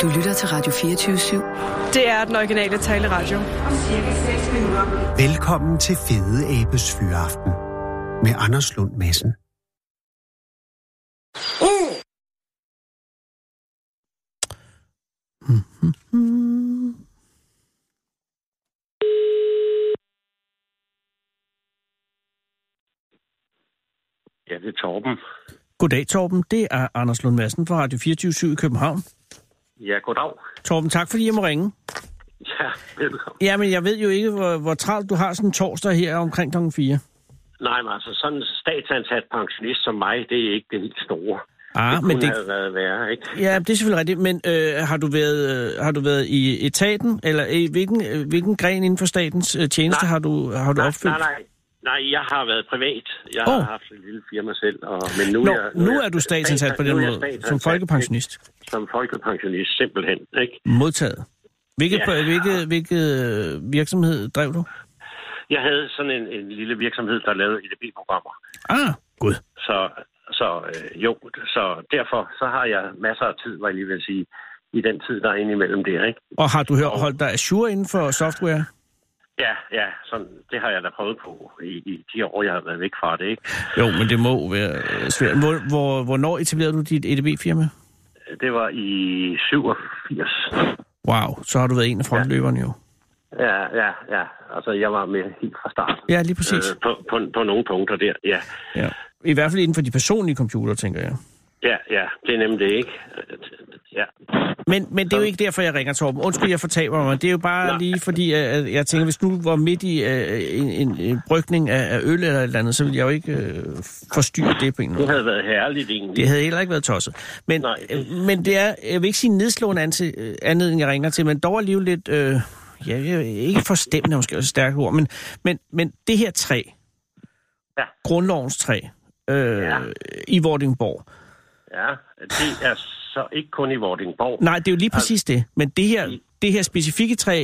Du lytter til Radio 24/7. Det er den originale taleradio. Velkommen til Fede Abes Fyraften med Anders Lund Madsen. Ja, det er Torben. Goddag, Torben. Det er Anders Lund Madsen fra Radio 24/7 i København. Ja, goddag. Torben, tak fordi jeg må ringe. Ja, velkommen. Jamen, jeg ved jo ikke, hvor travlt du har sådan en torsdag her omkring kl. 4. Nej, men altså sådan en statsansat pensionist som mig, det er ikke det helt store. Det men kunne have været værre, ikke? Ja, det er selvfølgelig rigtigt. Men har du været i etaten, eller i hvilken gren inden for statens tjeneste har du opfyldt? Nej, jeg har været privat. Jeg har haft et lille firma selv. Men nu er du statsansat på den måde, som folkepensionist. Ikke? Som folkepensionist, simpelthen, ikke? Modtaget. Hvilke virksomhed drev du? Jeg havde sådan en lille virksomhed, der lavede EDB-programmer. Gud. Så derfor så har jeg masser af tid, hvad jeg lige vil sige, i den tid, der er inde imellem det, ikke? Og har du holdt dig ajour inden for software? Ja, sådan, det har jeg da prøvet på i de år, jeg har været væk fra det, ikke? Jo, men det må være svært. Hvornår etablerede du dit EDB-firma? Det var i 87. Wow, så har du været en af frontløberne jo. Ja. Altså, jeg var med helt fra start. Ja, lige præcis. På nogle punkter der, ja. I hvert fald inden for de personlige computer, tænker jeg. Ja, det er nemlig det, ikke? Ja. Men det er jo ikke derfor, jeg ringer, Torben. Undskyld, jeg fortaber mig. Det er jo bare lige fordi, jeg tænker, hvis du var midt i en brygning af øl eller et eller andet, så ville jeg jo ikke forstyrre det på en måde. Det havde været herligt, egentlig. Det havde heller ikke været tosset. Men det er, jeg vil ikke sige nedslående andet, end jeg ringer til, men dog alligevel lidt, ikke forstemmende, måske også stærkt ord, men det her træ, grundlovens træ, i Vordingborg. Ja, det er så ikke kun i Vordingborg. Nej, det er jo lige præcis det. Men det her specifikke træ,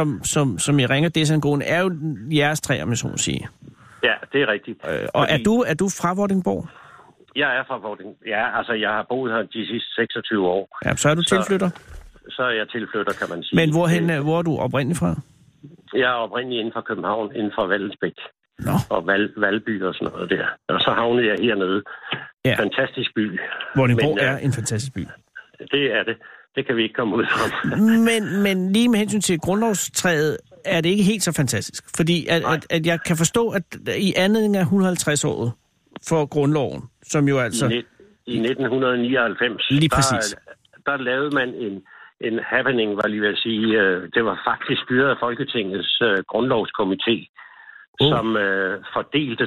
som jeg ringer, det er sådan grund, er jo jeres træ, om jeg så må sige. Ja, det er rigtigt. Og er du fra Vordingborg? Jeg er fra Vordingborg. Ja, altså jeg har boet her de sidste 26 år. Ja, så er du tilflytter? Så er jeg tilflytter, kan man sige. Men hvor er du oprindelig fra? Jeg er oprindelig inden for København, inden for Vallensbæk. Nå. Og Valby og sådan noget der. Og så havnede jeg hernede. Ja. Fantastisk by. Vordingborg er en fantastisk by. Det er det. Det kan vi ikke komme ud fra. men lige med hensyn til grundlovstræet, er det ikke helt så fantastisk. Fordi at jeg kan forstå, at i anledning af 150-året for grundloven, som jo altså... I 1999, lige præcis. Der lavede man en happening, var lige ved at sige. Det var faktisk styret af Folketingets grundlovskomité, som fordelte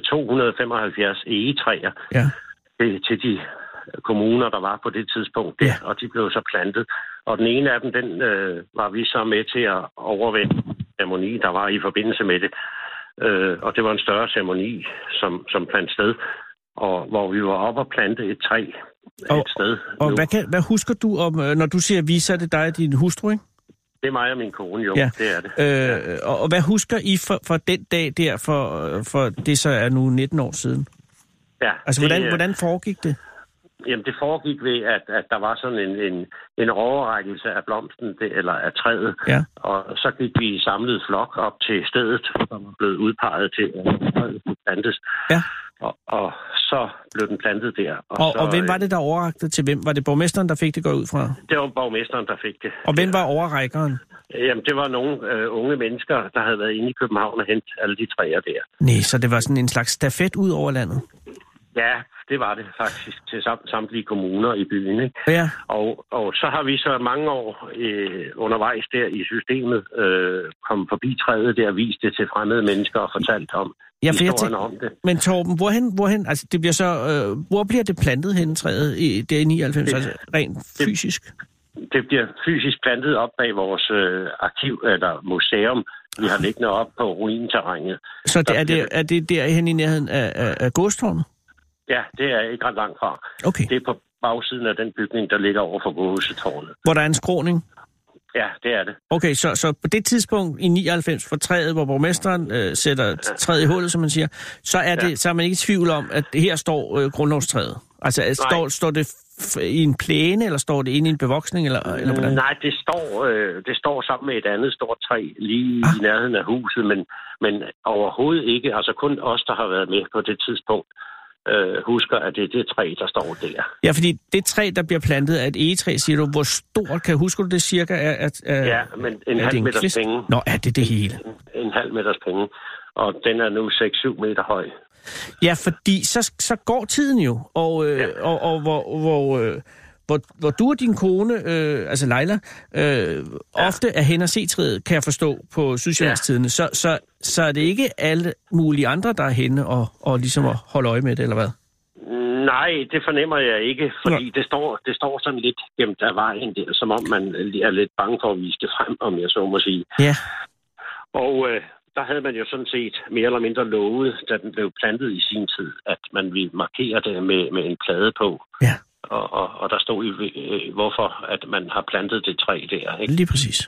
275 egetræer til de kommuner, der var på det tidspunkt der, og de blev så plantet. Og den ene af dem, den var vi så med til at overvinde ceremoni, der var i forbindelse med det. Og det var en større ceremoni, som plandt sted, og hvor vi var oppe og plante et træ et sted. Og hvad husker du om, når du siger vi, så er det dig og din hustru, ikke? Det er mig og min kone, jo. Ja. Det er det. Og hvad husker I for den dag der, for det så er nu 19 år siden? Ja. Altså, hvordan foregik det? Jamen, det foregik ved, at der var sådan en overrækkelse af blomsten, eller af træet. Ja. Og så gik vi samlet flok op til stedet, som var blevet udpeget til at plantes. Ja. Og så blev den plantet der. Og hvem var det, der overrakte til hvem? Var det borgmesteren, der fik det gået ud fra? Det var borgmesteren, der fik det. Og hvem var overrækkeren? Jamen, det var nogle unge mennesker, der havde været inde i København og hentet alle de træer der. Nej, så det var sådan en slags stafet ud over landet? Ja, det var det faktisk til samtlige kommuner i byen, ikke? Ja. Og så har vi så mange år undervejs der i systemet kommet forbi træet der, vist det til fremmede mennesker og fortalt om historien om det. Men Torben, hvorhen altså det bliver så, hvor bliver det plantet hen træet der i 99, altså rent fysisk? Det bliver fysisk plantet op bag vores arkiv eller museum. Vi har liggende op på ruinterrænet. Så er det derhen i nærheden af godstårnet? Ja, det er ikke ret langt fra. Okay. Det er på bagsiden af den bygning, der ligger over for godsetårnet. Hvor der er en skråning? Ja, det er det. Okay, så på det tidspunkt i 99 for træet, hvor borgmesteren sætter træet i hullet, som man siger, så er man ikke i tvivl om, at her står grundlovstræet. Altså står det i en plæne, eller står det inde i en bevoksning, eller hvordan? Nej, det står sammen med et andet stort træ lige i nærheden af huset, men overhovedet ikke. Altså kun os, der har været med på det tidspunkt, husker, at det er det træ, der står der. Ja, fordi det træ, der bliver plantet, er et egetræ, siger du. Hvor stort husker du det cirka? Ja, men en halv meters penge. Nå, er det hele? En halv meters penge. Og den er nu 6-7 meter høj. Ja, fordi så går tiden jo, og hvor du og din kone, altså Leila, ofte er hen og se træet, kan jeg forstå, på Sydsjællandstidene, så er det ikke alle mulige andre, der er henne og ligesom at holde øje med det, eller hvad? Nej, det fornemmer jeg ikke, fordi det står sådan lidt gemt af vejen der, som om man er lidt bange for at vise det frem, om jeg så må sige. Ja. Og der havde man jo sådan set mere eller mindre lovet, da den blev plantet i sin tid, at man ville markere det med en plade på. Ja. Og der stod hvorfor at man har plantet det træ der. Ikke? Lige præcis.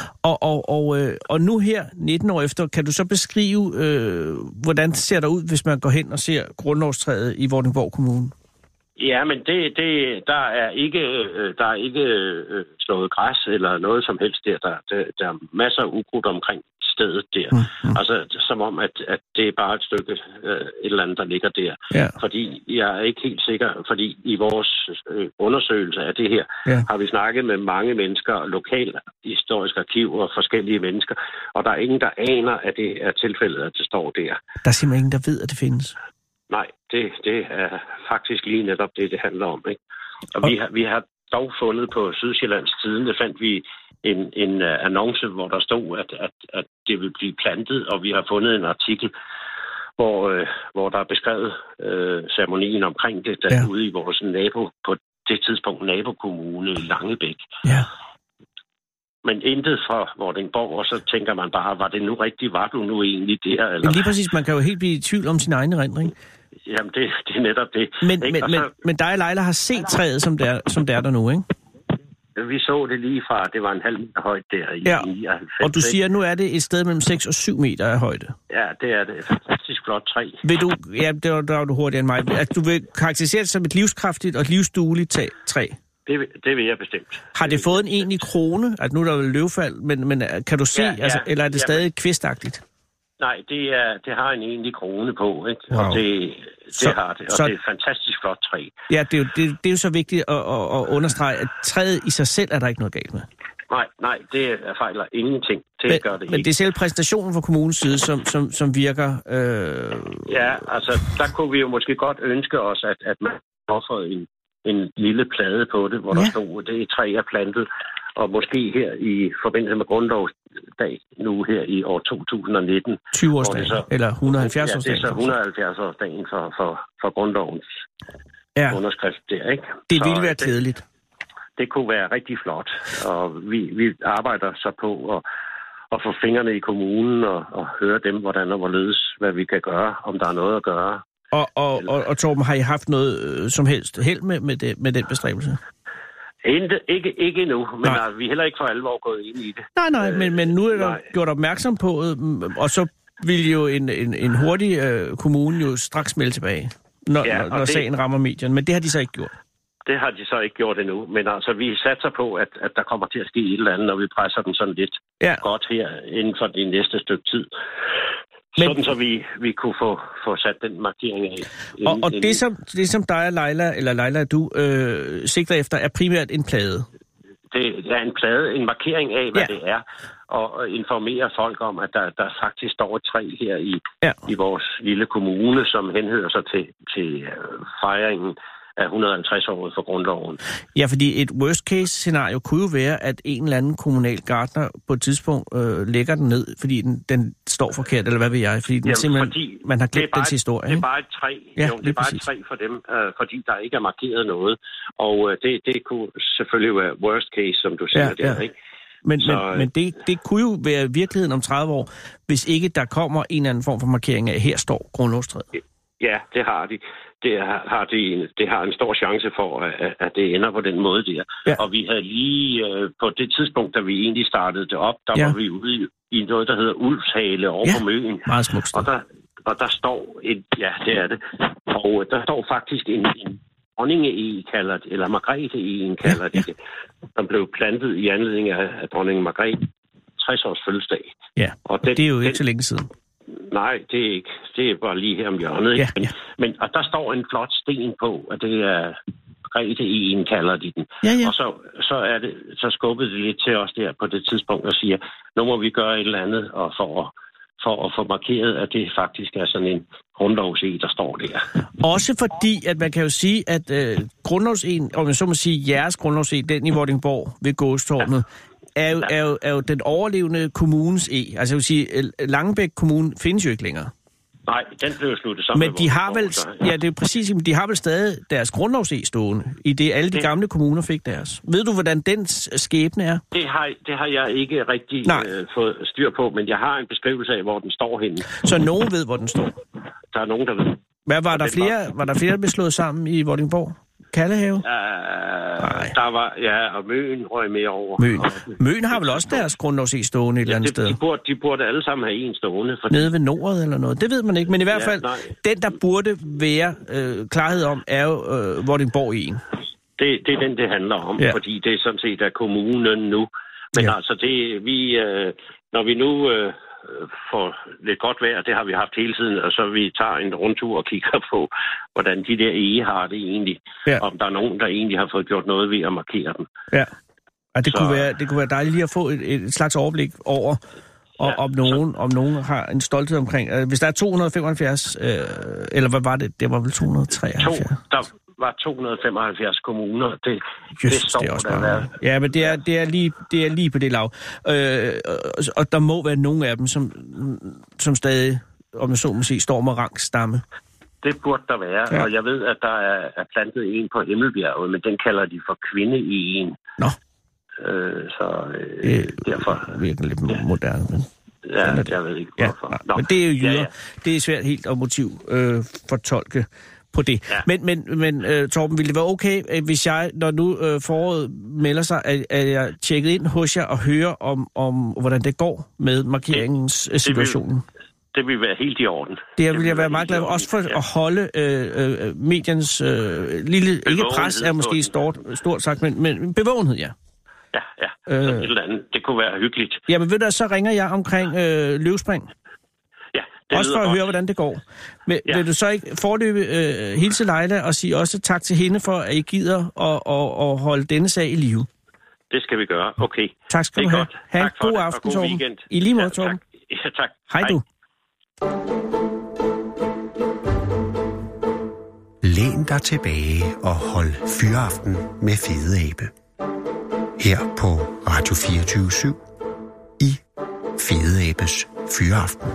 Og nu her, 19 år efter, kan du så beskrive, hvordan det ser der ud, hvis man går hen og ser grundlovstræet i Vordingborg Kommune? Ja, men der er ikke slået græs eller noget som helst der. Der er masser af ukrudt omkring stedet der. Mm-hmm. Altså, som om, at det er bare et stykke et eller andet, der ligger der. Ja. Fordi jeg er ikke helt sikker, fordi i vores undersøgelse af det her, har vi snakket med mange mennesker, lokal historisk arkiv og forskellige mennesker, og der er ingen, der aner, at det er tilfældet, at det står der. Der er simpelthen ingen, der ved, at det findes? Nej, det er faktisk lige netop det handler om, ikke? Og vi har dog fundet på Sydsjællands Tidende, fandt vi en annonce, hvor der stod, at det vil blive plantet, og vi har fundet en artikel, hvor der er beskrevet ceremonien omkring det, ude i vores på det tidspunkt nabokommune i Langebæk. Ja. Men intet fra Vordingborg, og så tænker man bare, var det nu rigtigt? Var du nu egentlig der? Eller? Men lige præcis, man kan jo helt blive i tvivl om sin egen erindring. Jamen, det er netop det. Men dig og Leila har set træet, som det er der nu, ikke? Vi så det lige fra, det var en halv meter højt der i 99. Og du siger, nu er det et sted mellem 6 og 7 meter af højde. Ja, det er det. Fantastisk flot træ. Vil du, der var du hurtigere end mig, at du vil karakterisere det som et livskraftigt og livsdueligt træ? Det vil jeg bestemt. Har det fået en egentlig krone? Altså, nu er der jo løvfald, men kan du se, eller er det stadig kvistagtigt? Nej, det har en egentlig krone på, ikke? Wow. Og det har det, og det er et fantastisk flot træ. Ja, det er jo så vigtigt at understrege, at træet i sig selv er der ikke noget galt med. Nej, det fejler ingenting. Det gør det ikke. Men det er selv præstationen fra kommunens side, som virker... Ja, altså, der kunne vi jo måske godt ønske os, at man offerede en lille plade på det, hvor der stod, det træ er plantet, og måske her i forbindelse med grundlovsdag, nu her i år 2019. 20-årsdagen, eller 170-årsdagen. Ja, det er så 170-årsdagen for grundlovens underskrift der, ikke? Det ville være klædeligt. Det kunne være rigtig flot, og vi arbejder så på at få fingrene i kommunen og høre dem, hvordan og hvorledes, hvad vi kan gøre, om der er noget at gøre. Og Torben, har I haft noget som helst held med den bestræbelse? Ikke endnu, men vi er heller ikke for alvor gået ind i det. Nej, men nu er der gjort opmærksom på, og så vil jo en hurtig kommune jo straks melde tilbage, når sagen rammer medierne, men det har de så ikke gjort. Det har de så ikke gjort endnu, men altså vi satser på, at der kommer til at ske et eller andet, og vi presser dem sådan lidt godt her inden for det næste stykke tid. Sådan så vi kunne få sat den markering af. Og det som dig og Leila, eller Leila og du, sigter efter, er primært en plade? Det er en plade, en markering af, hvad det er, og informere folk om, at der faktisk står et træ her i vores lille kommune, som henhører sig til fejringen af 150-året for grundloven. Ja, fordi et worst-case-scenario kunne jo være, at en eller anden kommunal gartner på et tidspunkt lægger den ned, fordi den står forkert, eller hvad ved jeg, fordi den simpelthen, man har glemt dens historie. Det er bare et træ. Ja, det er bare et træ for dem, fordi der ikke er markeret noget. Og det kunne selvfølgelig være worst-case, som du siger der, ikke? Men det kunne jo være virkeligheden om 30 år, hvis ikke der kommer en eller anden form for markering af, her står grundlovstræet. Ja, det har de. Det har en stor chance for, at det ender på den måde der. Ja. Og vi havde lige på det tidspunkt, da vi egentlig startede det op, der var vi ude i noget, der hedder Ulfshale over på Møn. Meget smukt. Og der står det er det. Og der står faktisk Dronninge-ege kalder det, eller Margrethe-egen kalder de det, som blev plantet i anledning af dronning Margrethe 60-års fødselsdag. Ja, og det er jo ikke så længe siden. Nej, det er ikke. Det er bare lige her om hjørnet. Ikke? Ja. Og der står en flot sten på, at det er Margrethe-egen kalder de den. Ja. Og så skubbede det lidt til os der på det tidspunkt og siger, nu må vi gøre et eller andet og for at få markeret, at det faktisk er sådan en grundlovseg, der står der. Også fordi, at man kan jo sige, at grundlovsegen, om jeg så må sige, jeres grundlovseg, den i Vordingborg ved Gåstårnet, er jo den overlevende kommunens eg. Altså jeg vil sige, Langebæk Kommune findes jo ikke længere. Nej, den blev sluttet sammen. Men de har vel, det er præcis, men de har vel stadig deres grundlovseg stående, i det alle de gamle kommuner fik deres. Ved du, hvordan den skæbne er? Det har jeg ikke rigtig fået styr på, men jeg har en beskrivelse af, hvor den står henne. Så nogen ved, hvor den står? Der er nogen, der ved. Hvad var der flere, der blev slået sammen i Vordingborg? Kallehave? Der var, og Møn røg med over. Møn har vel også deres grundlovseg stående et eller andet sted? De burde alle sammen have en stående. Fordi... Nede ved Nordet eller noget? Det ved man ikke, men i hvert fald, den der burde være klarhed om, er jo Vordingborg-egen. Det er den, det handler om, fordi det er sådan set af kommunen nu. Men altså, når vi nu... for lidt godt vejr, det har vi haft hele tiden, og så vi tager en rundtur og kigger på, hvordan de der ege har det egentlig. Ja. Om der er nogen, der egentlig har fået gjort noget ved at markere dem. Ja, og det kunne være dejligt lige at få et slags overblik over, om nogen har en stolthed omkring. Hvis der er 275, eller hvad var det? Det var vel 273? Der var 275 kommuner. Det står det er også der. Ja, men det er lige på det lav. Og der må være nogle af dem, som stadig, om jeg så må sige, står med rangstamme. Det burde der være, og jeg ved, at der er plantet en på Himmelbjerget, men den kalder de for kvinde-egen. Nå. Derfor... Virkelig lidt moderne, men... Ja, jeg ved ikke hvorfor. Men det er jo jyder. Det er svært helt at fortolke på det. Ja. Men Torben, ville det være okay, hvis jeg, når nu foråret melder sig, at jeg tjekkede ind hos jer og hører om hvordan det går med markeringens situationen? Det vil være helt i orden. Det vil jeg være meget glad for. Også for at holde mediernes lille... Ikke pres er måske stort sagt, men bevågenhed, ja. Ja. Et eller andet. Det kunne være hyggeligt. Ja, men ved du, så ringer jeg omkring løvspring. Også for at høre, hvordan det går. Men vil du så ikke forløbe hilse Leila og sige også tak til hende for, at I gider at holde denne sag i live? Det skal vi gøre. Okay. Tak skal du have. Ha' en god aften, Torben. I lige måde, Torben. Ja, tak. Hej du. Læn dig tilbage og hold fyraften med Fede Abe. Her på Radio 24/7 i Fede Abes Fyraften.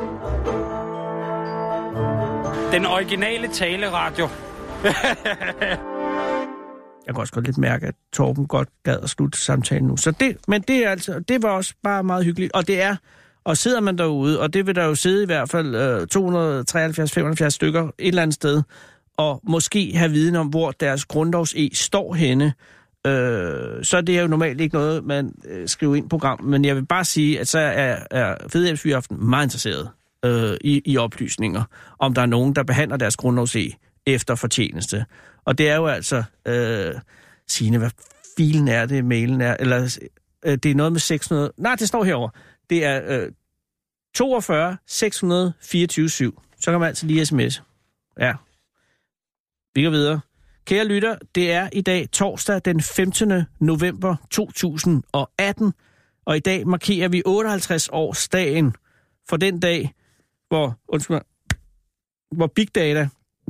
Den originale taleradio. Jeg kan også godt lidt mærke, at Torben godt gad at slutte samtalen nu. Men det var også bare meget hyggeligt. Og sidder man derude, og det vil der jo sidde i hvert fald 273-75 stykker et eller andet sted, og måske have viden om, hvor deres grundlovs-e står henne, så er det jo normalt ikke noget, man skriver ind i programmet. Men jeg vil bare sige, at så er Fede Abes Fyraften meget interesseret i oplysninger, om der er nogen, der behandler deres grundlovs-e efter fortjeneste. Og det er jo altså, Signe, hvad filen er det, mailen er, eller det er noget med 600... Nej, det står herover. Det er 42 624 7. Så kan man altså lige sms. Ja. Vi går videre. Kære lytter, det er i dag torsdag den 15. november 2018, og i dag markerer vi 58-årsdagen for den dag, hvor Big Data,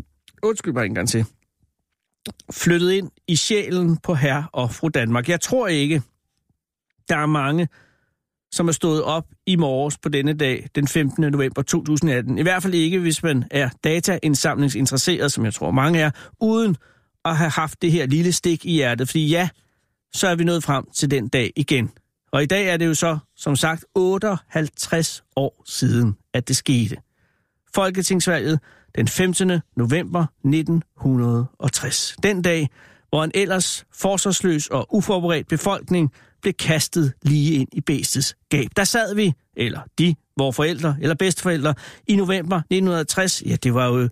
flyttede ind i sjælen på herre og fru Danmark. Jeg tror ikke, der er mange, som er stået op i morges på denne dag, den 15. november 2018. I hvert fald ikke, hvis man er dataindsamlingsinteresseret, som jeg tror mange er, uden at have haft det her lille stik i hjertet. Fordi ja, så er vi nået frem til den dag igen. Og i dag er det jo så, som sagt, 58 år siden, at det skete. Folketingsvalget den 15. november 1960. Den dag, hvor en ellers forsvarsløs og uforberedt befolkning blev kastet lige ind i bæstets gab. Der sad vi, eller de, vores forældre eller bedsteforældre, i november 1960. Ja, det var jo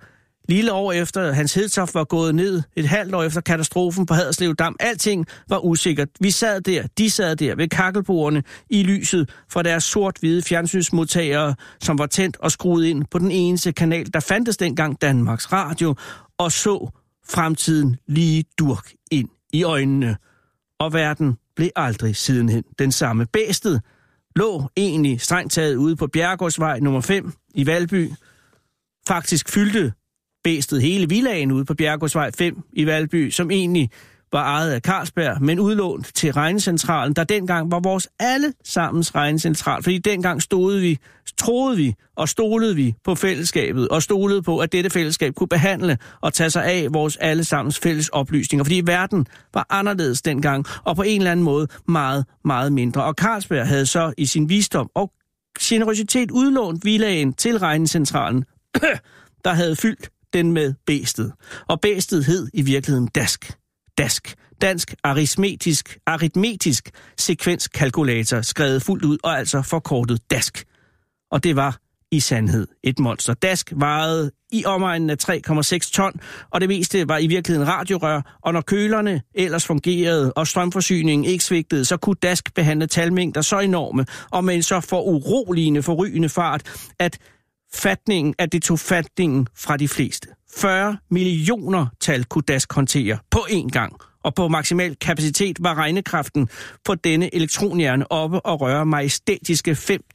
lille år efter Hans Hedtoft var gået ned, et halvt år efter katastrofen på Haderslev Dam, alting var usikkert. Vi sad der, de sad der ved kakkelbordene i lyset fra deres sort-hvide fjernsynsmodtagere, som var tændt og skruet ind på den eneste kanal, der fandtes dengang, Danmarks Radio, og så fremtiden lige durk ind i øjnene. Og verden blev aldrig sidenhen den samme. Bæstet lå egentlig strengt taget ude på Bjerregårdsvej nummer 5 i Valby. Faktisk fyldte bæstet hele villaen ude på Bjerregårdsvej 5 i Valby, som egentlig var ejet af Carlsberg, men udlånt til regnecentralen, der dengang var vores allesammens regnencentral. Fordi dengang troede vi og stolede vi på fællesskabet, og stolede på, at dette fællesskab kunne behandle og tage sig af vores allesammens fælles oplysninger. Fordi verden var anderledes dengang, og på en eller anden måde meget, meget mindre. Og Carlsberg havde så i sin visdom og generøsitet udlånt villaen til regnecentralen, der havde fyldt den med bæstet. Og bæstet hed i virkeligheden Dansk aritmetisk sekvenskalkulator, skrevet fuldt ud og altså forkortet DASK. Og det var i sandhed et monster. DASK vejede i omegnen af 3,6 ton, og det meste var i virkeligheden radiorør, og når kølerne ellers fungerede, og strømforsyningen ikke svigtede, så kunne DASK behandle talmængder så enorme, og med en så forrygende fart, at det tog fatningen fra de fleste. 40 millioner tal kunne DASK håndtere på én gang, og på maksimal kapacitet var regnekraften på denne elektronhjerne oppe og røre majestætiske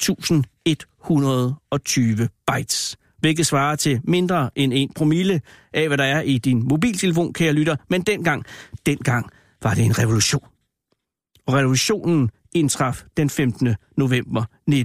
5.120 bytes, hvilket svarer til mindre end 1 promille af, hvad der er i din mobiltelefon, kære lytter. Men dengang var det en revolution. Og revolutionen indtraf den 15. november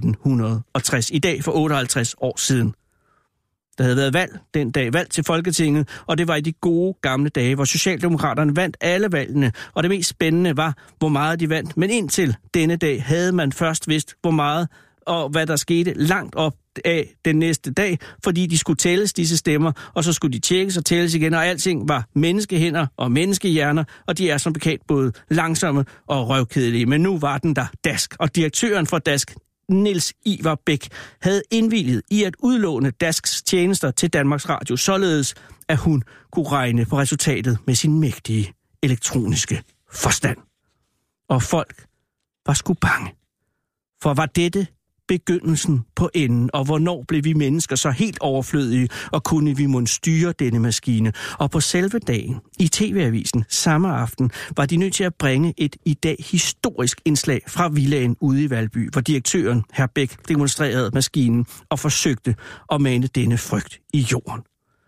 1960, i dag for 58 år siden. Der havde været valg til Folketinget, og det var i de gode gamle dage, hvor Socialdemokraterne vandt alle valgene, og det mest spændende var, hvor meget de vandt. Men indtil denne dag havde man først vidst, hvor meget og hvad der skete langt op af den næste dag, fordi de skulle tælles, disse stemmer, og så skulle de tjekkes og tælles igen, og alting var menneskehænder og menneskehjerner, og de er som bekendt både langsomme og røvkedelige. Men nu var den der DASK, og direktøren for DASK, Niels Ivar Bæk, havde indvilliget i at udlåne DASKs tjenester til Danmarks Radio, således at hun kunne regne på resultatet med sin mægtige elektroniske forstand. Og folk var sgu bange. For var dette begyndelsen på enden, og hvornår blev vi mennesker så helt overflødige, og kunne vi mon styre denne maskine? Og på selve dagen, i TV-avisen samme aften, var de nødt til at bringe et i dag historisk indslag fra villaen ude i Valby, hvor direktøren, hr. Bæk, demonstrerede maskinen og forsøgte at mane denne frygt i jorden.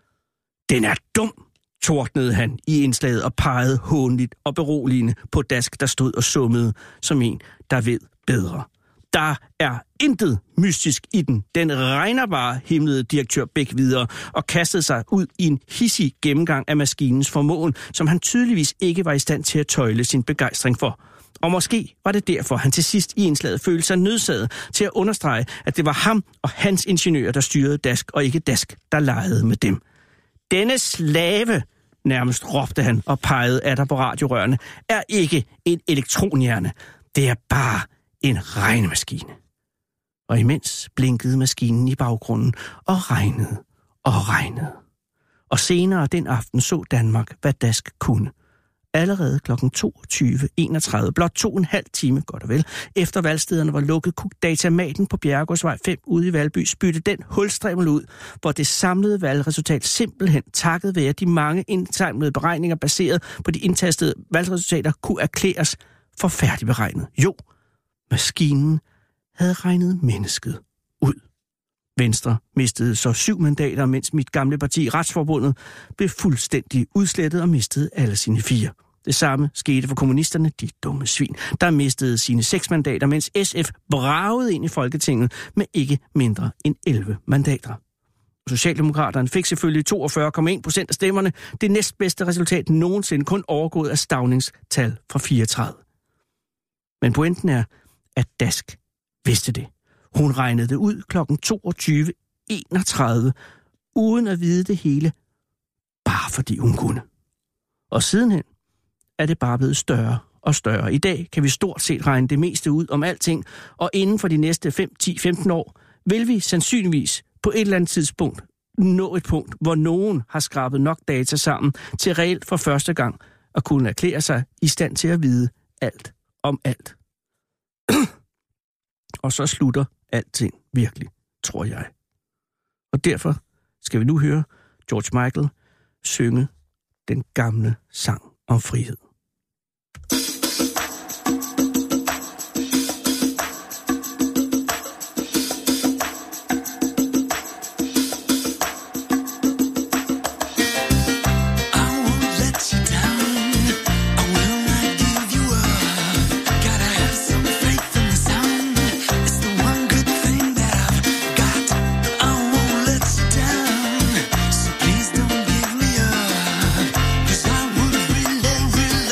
Den er dum, tordnede han i indslaget og pegede hånligt og beroligende på DASK, der stod og summede som en, der ved bedre. Der er intet mystisk i den. Den regner bare, himlede direktør Bæk videre og kastede sig ud i en hissig gennemgang af maskinens formåen, som han tydeligvis ikke var i stand til at tøjle sin begejstring for. Og måske var det derfor, han til sidst i indslaget følte sig nødsaget til at understrege, at det var ham og hans ingeniører, der styrede DASK, og ikke DASK, der legede med dem. Denne slave, nærmest råbte han og pegede atter på radiorørene, er ikke en elektronhjerne. Det er bare en regnemaskine. Og imens blinkede maskinen i baggrunden og regnede. Og senere den aften så Danmark, hvad DASK kunne. Allerede kl. 22.31, blot 2,5 time, godt og vel, efter valgstederne var lukket, kunne datamaten på Bjerregårdsvej 5 ude i Valby spytte den hulstrimmel ud, hvor det samlede valgresultat simpelthen takket være de mange indsamlede beregninger baseret på de indtastede valgresultater kunne erklæres for færdigberegnet. Jo, maskinen havde regnet mennesket ud. Venstre mistede så 7 mandater, mens mit gamle parti, Retsforbundet, blev fuldstændig udslettet og mistede alle sine 4. Det samme skete for kommunisterne, de dumme svin, der mistede sine 6 mandater, mens SF bragede ind i Folketinget med ikke mindre end 11 mandater. Socialdemokraterne fik selvfølgelig 42,1% af stemmerne, det næstbedste resultat nogensinde, kun overgået af Staunings tal fra 34. Men pointen er, at DASK vidste det. Hun regnede det ud kl. 22.31, uden at vide det hele, bare fordi hun kunne. Og sidenhen er det bare blevet større og større. I dag kan vi stort set regne det meste ud om alting, og inden for de næste 5, 10, 15 år vil vi sandsynligvis på et eller andet tidspunkt nå et punkt, hvor nogen har skrabet nok data sammen til reelt for første gang at kunne erklære sig i stand til at vide alt om alt. Og så slutter alting virkelig, tror jeg. Og derfor skal vi nu høre George Michael synge den gamle sang om frihed. Please don't give me up, 'cause I would really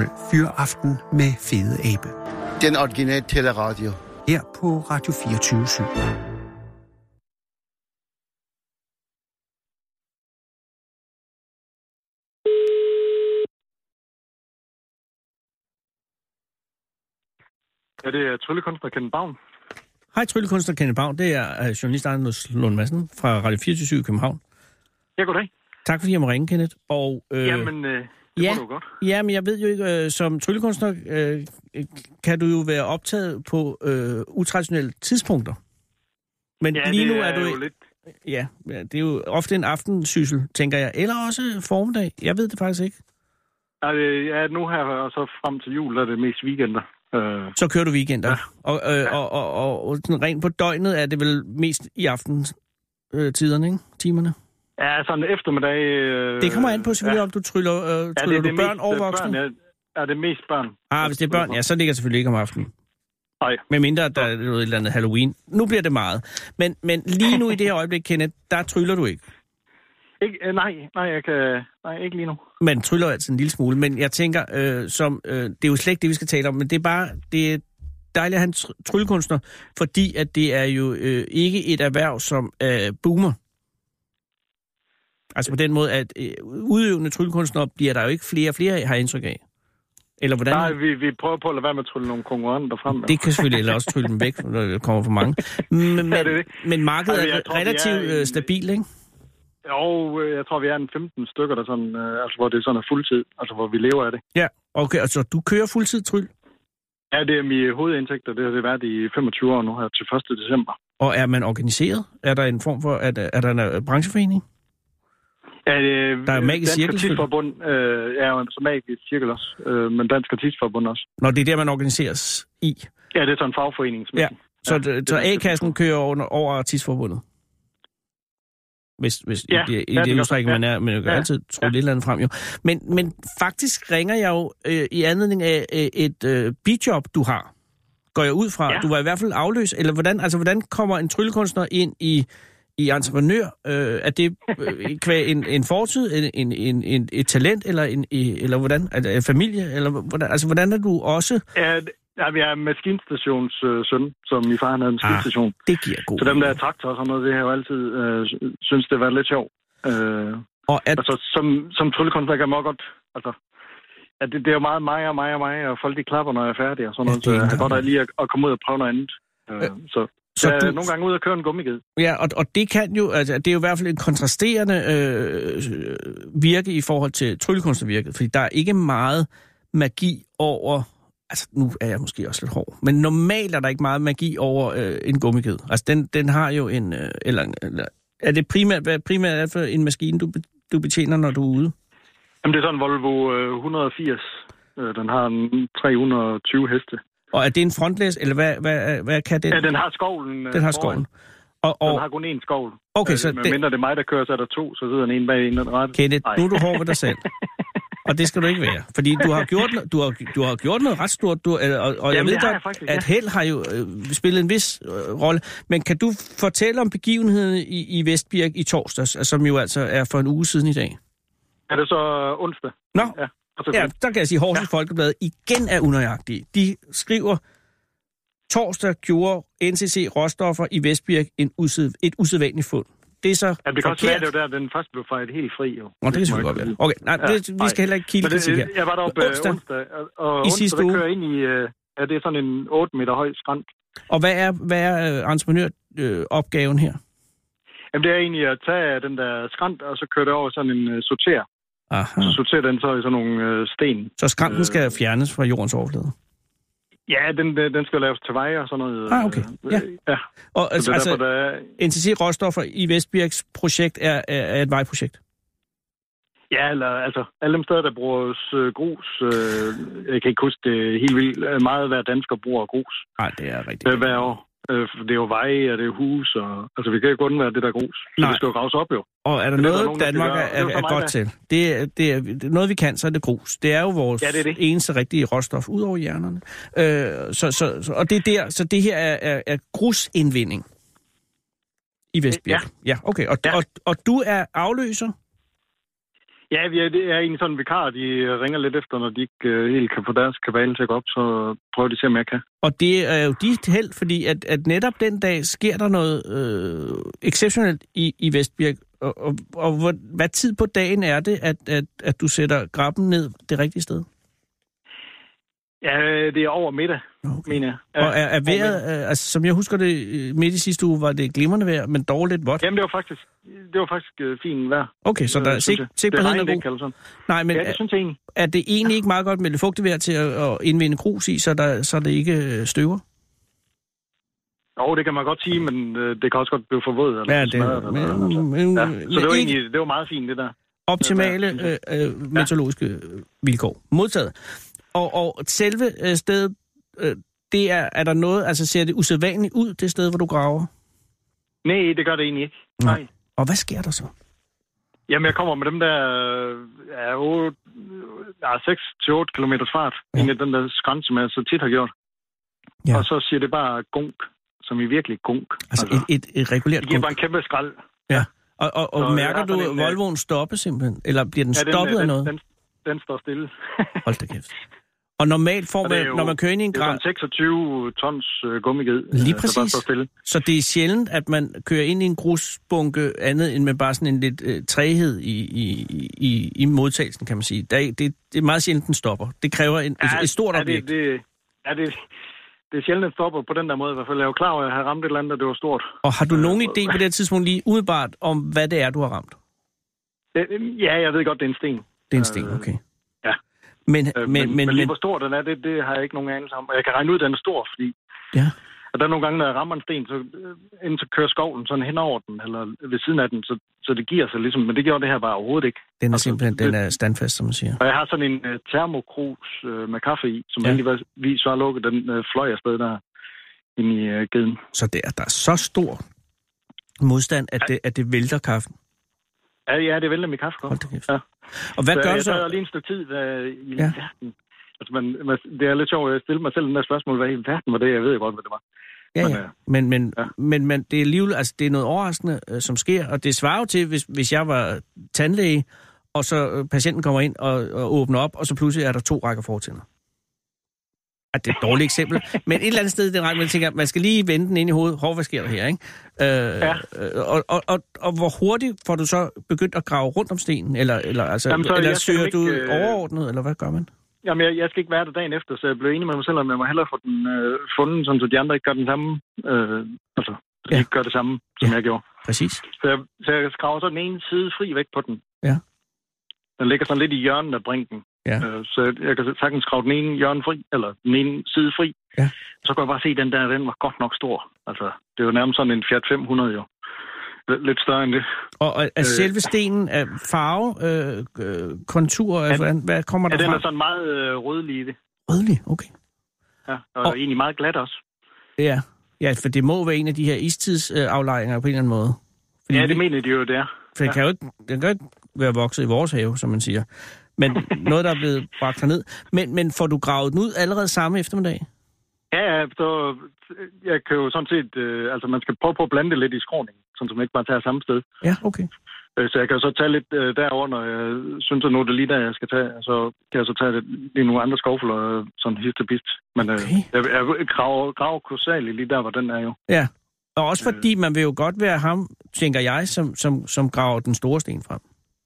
hold fyraften med Fede Abe. Den originale teleradio. Her på Radio 24/7. Ja, det er tryllekunstner Kenneth Bavn. Hej, tryllekunstner Kenneth Bavn. Det er journalist Anders Lund Madsen fra Radio 24/7 i København. Ja, goddag. Tak fordi jeg må ringe, Kenneth. Og, Jamen, det må du godt. Ja, men jeg ved jo ikke, som tryllekunstner kan du jo være optaget på utraditionelle tidspunkter. Men ja, lige nu er du jo lidt... Ja, det er jo ofte en aftensyssel, tænker jeg. Eller også formiddag. Jeg ved det faktisk ikke. Ja, nu her og så frem til jul er det mest weekender. Så kører du weekender. Ja. Og rent på døgnet er det vel mest i aftentiderne, ikke? Timerne? Ja, sådan eftermiddag... det kommer an på selvfølgelig, om du tryller du børn og voksne? Børn, ja, det er mest børn. Hvis det er børn, ja, så ligger det selvfølgelig ikke om aftenen. Nej. Med mindre, der er noget et eller andet Halloween. Nu bliver det meget. Men lige nu i det her øjeblik, Kenneth, der tryller du ikke. Nej, ikke lige nu. Man tryller altid en lille smule, men jeg tænker, det er jo slet ikke det, vi skal tale om, men det er dejligt at have en tryllekunstner, fordi at det er jo ikke et erhverv, som boomer. Altså på den måde, at udøvende tryllekunstnere bliver der jo ikke flere og flere af, har indtryk af. Eller hvordan? Nej, vi prøver på at lade være med at trylle nogle konkurrenter frem. Det kan selvfølgelig eller også trylle dem væk, når det kommer for mange. Men markedet er relativt stabilt, ikke? Jo, jeg tror, vi er en 15 stykker, der sådan, hvor det sådan er fuldtid, altså hvor vi lever af det. Ja, okay, altså du kører fuldtid tryl? Ja, det er mine hovedindtægter, det har det været i 25 år nu her til 1. december. Og er man organiseret? Er der en form for, er der en brancheforening? Ja, der er Magisk Cirkel. Dansk Artistforbund er jo så Magisk Cirkel også, men Dansk Artistforbund også. Nå, det er der, man organiseres i? Ja, det er sådan en fagforening. Ja, så A-kassen kører over Artistforbundet? Hvis det er udstrækning, man kan altid tro lidt eller andet frem jo. Men faktisk ringer jeg jo i anledning af et bidjob, du har. Går jeg ud fra, du var i hvert fald afløs, eller hvordan kommer en tryllekunstner ind i entreprenør? Er det en fortid, et talent, eller hvordan? Er det familie, eller hvordan? Altså, hvordan er du også... Ja, vi er maskinstations søn, som min far havde en maskinstation. Det giver god. Så dem der er traktor og sådan noget, det har jo altid synes, det var lidt sjovt. Altså, som tryllekunstner kan man godt... Altså, det er jo meget mig, og folk de klapper, når jeg er færdig og sådan noget. Så jeg kan godt lige at komme ud og prøve noget andet. Så jeg er nogle gange ud og køre en gummiged. Ja, og det kan jo... Altså, det er jo i hvert fald en kontrasterende virke i forhold til tryllekunstnervirket, fordi der er ikke meget magi over... Altså, nu er jeg måske også lidt hård. Men normalt er der ikke meget magi over en gummiged. Altså, den har jo en... Eller er det primært er for en maskine, du betjener, når du er ude? Jamen, det er sådan en Volvo 180. Den har 320 heste. Og er det en frontlæs, eller hvad kan den? Ja, den har skovlen. Den har skovlen. Den har kun én skovl. Okay, så mindre det er mig, der kører, så er der to, så sidder den ene bag en og den rette. Kenneth, nu er du hård ved dig selv. Og det skal du ikke være. Fordi du har gjort noget ret stort, og jeg ved godt, at held har jo spillet en vis rolle. Men kan du fortælle om begivenheden i Vestbirk i torsdags, som jo altså er for en uge siden i dag? Er det så onsdag? Nå, ja, der kan jeg sige, at Horsens Folkeblad igen er unøjagtige. De skriver, torsdag gjorde NCC Råstoffer i Vestbirk et usædvanligt fund. Det er så det kan også være, det var der, den først blev fejret helt fri. Jo. Det kan selvfølgelig godt være. Okay, nej, vi skal heller ikke kigge kritik her. Jeg var deroppe onsdag, og onsdag, der kører ind i, det er sådan en 8 meter høj skrant. Og hvad er entreprenøropgaven her? Jamen, det er egentlig at tage den der skrant, og så køre det over sådan en sorter. Aha. Så sorterer den så i sådan nogle sten. Så skranten skal fjernes fra jordens overflade? Ja, den skal laves til veje og sådan noget. Okay. Ja. Og altså, NCC Råstoffer i Vestbirks projekt er et vejprojekt? Ja, altså alle de steder, der bruger grus. Jeg kan ikke huske det helt vildt. Meget hver dansker bruger grus. Nej, det er rigtigt. Hver år. Det er jo veje, og det er hus, og altså vi kan jo kun være det der grus. Så det skal jo graves op jo. Og er der noget, Danmark er godt til? Det er noget, vi kan, så er det grus. Det er jo vores eneste rigtige råstof, ud over hjernerne. Og det er der, så det her er grusindvinding i Vestbirk. Ja, okay. Og du er afløser? Ja, det er egentlig sådan en vikar, de ringer lidt efter, når de ikke helt kan få deres kabale til at gå op, så prøver de at se, om jeg kan. Og det er jo dit held, fordi at netop den dag sker der noget exceptionelt i Vestbirk. Og hvad tid på dagen er det, at du sætter grabben ned det rigtige sted? Ja, det er over middag, mener jeg. Ja, og er vejret, altså som jeg husker det, midt i sidste uge, var det glimrende vejr, men dårligt vådt? Jamen, det var faktisk fint vejr. Okay, så der er sigtbarheden er god? Ikke, nej, men ja, det synes jeg egentlig. Er det egentlig ikke meget godt med lidt fugtevejr til at indvinde grus i, så det ikke støver? Jo, det kan man godt sige, men det kan også godt blive for våd. Eller så det var meget fint, det der. Optimale meteorologiske vilkår. Modtaget. Og selve stedet, det er der noget, altså ser det usædvanligt ud, det sted, hvor du graver? Nej, det gør det egentlig ikke. Nej. Og hvad sker der så? Jamen, jeg kommer med dem der 6-8 kilometers fart, ind i den der skræn, som jeg så tit har gjort. Ja. Og så siger det bare gunk, som i virkelig gunk. Altså et regulært gunk? Det giver bare en kæmpe skrald. Ja. Og mærker du Volvoen stoppe simpelthen? Eller bliver den stoppet af noget? Den står stille. Hold da kæft. Og normalt får man, når man kører ind i en grad... Det er 26 tons gummiged. Lige præcis. Så det er sjældent, at man kører ind i en grusbunke andet end med bare sådan en lidt træghed i modtagelsen, kan man sige. Det er meget sjældent, den stopper. Det kræver et stort objekt. Det er sjældent, den stopper på den der måde i hvert fald. Jeg er jo klar over, at jeg har ramt et eller andet, og det var stort. Og har du nogen idé på det tidspunkt lige umiddelbart om, hvad det er, du har ramt? Ja, jeg ved godt, det er en sten. Det er en sten, okay. Ja. Men lige hvor stor den er, det har jeg ikke nogen anelse om. Og jeg kan regne ud, at den er stor, fordi... Ja. Og der er nogle gange, når jeg rammer en sten, så kører skovlen sådan hen over den, eller ved siden af den, så det giver sig ligesom... Men det gjorde det her bare overhovedet ikke. Den er simpelthen den er standfast, som man siger. Og jeg har sådan en termokrus med kaffe i, som heldigvis var lukket. Den fløj afsted der inde i geden. Så der er så stor modstand, at det vælter kaffen? Ja, det vælter mit kaffekop. Ja. Og hvad gør du så? Jeg lige en stykke tid i verden. Altså, det er lidt sjovt, at stille mig selv den der spørgsmål, hvad i verden var det? Jeg ved godt, hvad det var. Ja. Men det er alligevel, altså det er noget overraskende, som sker, og det svarer jo til, hvis jeg var tandlæge, og så patienten kommer ind og åbner op, og så pludselig er der 2 rækker fortænder. Det er et dårligt eksempel, men et eller andet sted, den ret, man tænker, man skal lige vende den ind i hovedet. Hvad sker der her, ikke? Og hvor hurtigt får du så begyndt at grave rundt om stenen? Eller søger du overordnet, eller hvad gør man? Jamen, jeg skal ikke være der dagen efter, så jeg blev enig med mig selv, om jeg må hellere få den fundet, sådan, så de andre ikke gør den samme. De ikke gør det samme, som jeg gjorde. Præcis. Så jeg graver så den ene side fri væk på den. Ja. Den ligger sådan lidt i hjørnet af brinken. Ja. Så jeg kan sagtens grave den ene hjørne fri, eller den ene side fri. Ja. Så kan jeg bare se, at den var godt nok stor. Altså, det er jo nærmest sådan en Fiat 500 jo. Lidt større end det. Og er selve stenen af farve, kontur, hvad kommer der fra? Den er sådan meget rødlig i det. Rødlig, okay. Ja, og egentlig meget glat også. Ja, for det må være en af de her istidsaflejringer på en eller anden måde. Fordi det mener de jo, det er. For den kan jo ikke være vokset i vores have, som man siger. Men noget, der er blevet bragt herned. Men får du gravet den ud allerede samme eftermiddag? Ja, så jeg kan jo sådan set... man skal prøve på at blande det lidt i skråningen, sådan som man ikke bare tager samme sted. Ja, okay. Så jeg kan jo så tage lidt derover, når jeg synes, at nu er det lige der, jeg skal tage. Så kan jeg så tage lige nogle andre skovfælder, sådan hist og pist. Men jeg graver kolossalt lige der, hvor den er jo. Ja, og også fordi man vil jo godt være ham, tænker jeg, som graver den store sten frem.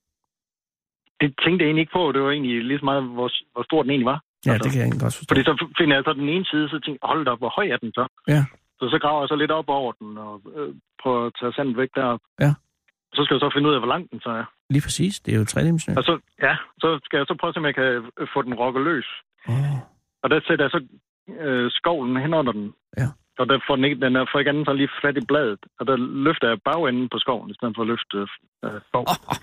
Det tænkte jeg egentlig ikke på. Det var egentlig lige så meget, hvor stor den egentlig var. Ja, det kan jeg egentlig godt forstå. Fordi så finder jeg så den ene side, så tænker jeg, hold da op, hvor høj er den så? Ja. Så graver jeg så lidt op over den, og prøver at tage sandet væk derop. Ja. Så skal jeg så finde ud af, hvor lang den så er. Lige præcis, det er jo tredimensionelt. Og så skal jeg så prøve, om jeg kan få den rokket løs. Og der sætter jeg så skovlen hen under den. Ja. Og der får den får ikke anden så lige fat i bladet. Og der løfter jeg bagenden på skoven, i stedet for at løfte skov.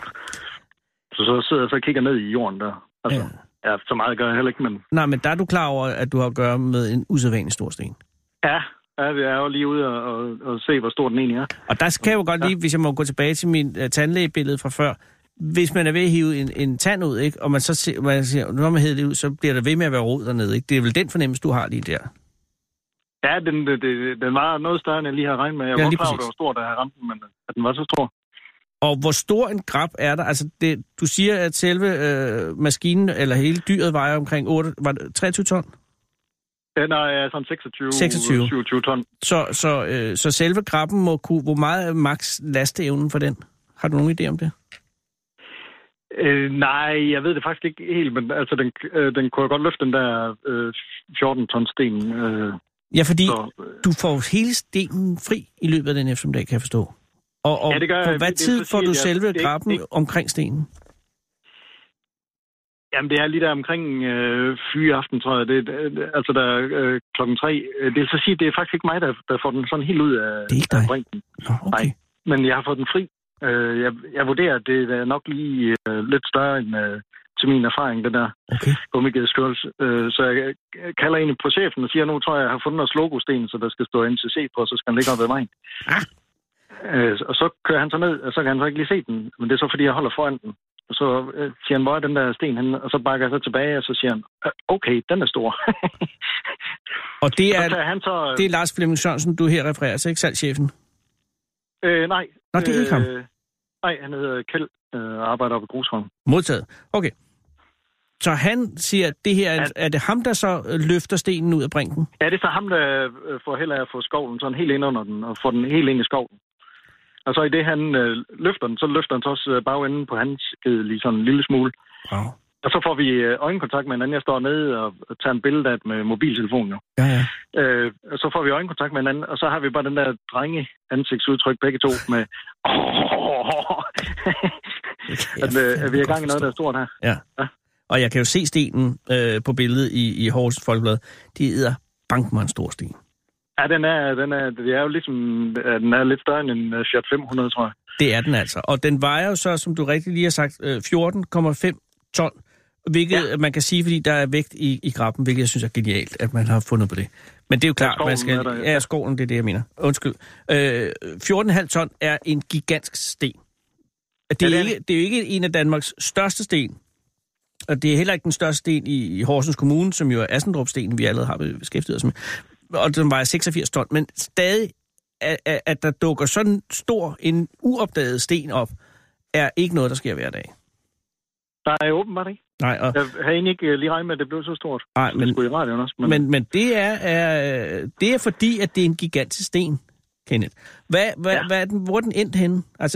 Så sidder jeg så og kigger ned i jorden der. Altså, ja, så meget gør jeg heller ikke, men... Nej, men der er du klar over, at du har at gøre med en usædvanlig stor sten? Ja, jeg er jo lige ude og se, hvor stor den egentlig er. Og der kan jeg jo godt lige, hvis jeg må gå tilbage til min tandlægebillede fra før, hvis man er ved at hive en tand ud, ikke, og man så siger, når man hæder det ud, så bliver der ved med at være rod dernede, ikke? Det er vel den fornemmelse, du har lige der? Ja, den var noget større, end jeg lige har regnet med. Jeg var klar, det var stor, da jeg ramte den, men at den var så stor. Og hvor stor en grab er der? Altså, du siger, at selve maskinen, eller hele dyret, vejer omkring 23 ton? Ja, nej, sådan 26 ton. Så selve grabben må kunne... Hvor meget er max lasteevnen for den? Har du nogen idé om det? Nej, jeg ved det faktisk ikke helt, men altså, den kunne godt løfte den der 14 ton sten. Ja, fordi du får hele stenen fri i løbet af den eftermiddag, kan jeg forstå. Og ja, det gør, på hvad tid får du selve grabben omkring stenen? Jamen, det er lige der omkring 4 aften, tror jeg. Altså, der er klokken 3. Det vil så sige, det er faktisk ikke mig, der får den sådan helt ud af brinken. Okay. Nej, men jeg har fået den fri. Jeg vurderer, at det er nok lige lidt større end til min erfaring, den der gummigedskørelse. Så jeg kalder egentlig på chefen og siger, nu tror jeg, jeg har fundet os logosten, så der skal stå NCC på, så skal den ligge op ved vejen. Og så kører han så ned, og så kan han så ikke lige se den. Men det er så, fordi jeg holder foran den. Og så siger han, hvor er den der sten henne? Og så bakker jeg så tilbage, og så siger han, okay, den er stor. Og det er Lars Flemming Sørensen, du her refererer til, ikke salgschefen? Nej. Nå, det er ikke ham? Nej, han hedder Kjeld, og arbejder oppe i Grusholm. Modtaget. Okay. Så han siger, at det her, er det ham, der så løfter stenen ud af brinken? Ja, det er så ham, der får held af at få skovlen sådan helt ind under den, og får den helt ind i skovlen. Og så i det, han løfter den, så løfter han så også bagenden på hans ged lige sådan en lille smule. Wow. Og så får vi øjenkontakt med hinanden. Jeg står nede og tager en billede af det med mobiltelefonen jo. Ja. Og så får vi øjenkontakt med hinanden, og så har vi bare den der drenge ansigtsudtryk begge to med at vi er i gang i noget, der er stort her. Ja. Og jeg kan jo se stenen på billedet i Horsens Folkeblad. De æder bank med en stor sten. Ja, det er jo ligesom, den er lidt større end en Fiat 500, tror jeg. Det er den altså. Og den vejer jo så, som du rigtig lige har sagt, 14,5 ton. Hvilket man kan sige, fordi der er vægt i grabben, hvilket jeg synes er genialt, at man har fundet på det. Men det er jo klart, man skal... Ja, skoven, det er det, jeg mener. Undskyld. 14,5 ton er en gigantisk sten. Det er jo ikke en af Danmarks største sten. Og det er heller ikke den største sten i Horsens Kommune, som jo er Assendrup-stenen, vi allerede har beskæftiget os med. Og den vejer 86 ton. Men stadig, at der dukker sådan stor en uopdaget sten op, er ikke noget, der sker hver dag. Nej, åbenbart ikke. Nej, og... Jeg har egentlig ikke lige regnet med, at det blev så stort. Nej, men... Det skulle i radioen også. Men det er fordi, at det er en gigantisk sten, Kenneth. Hvad er den, hvor er den endt henne? Altså,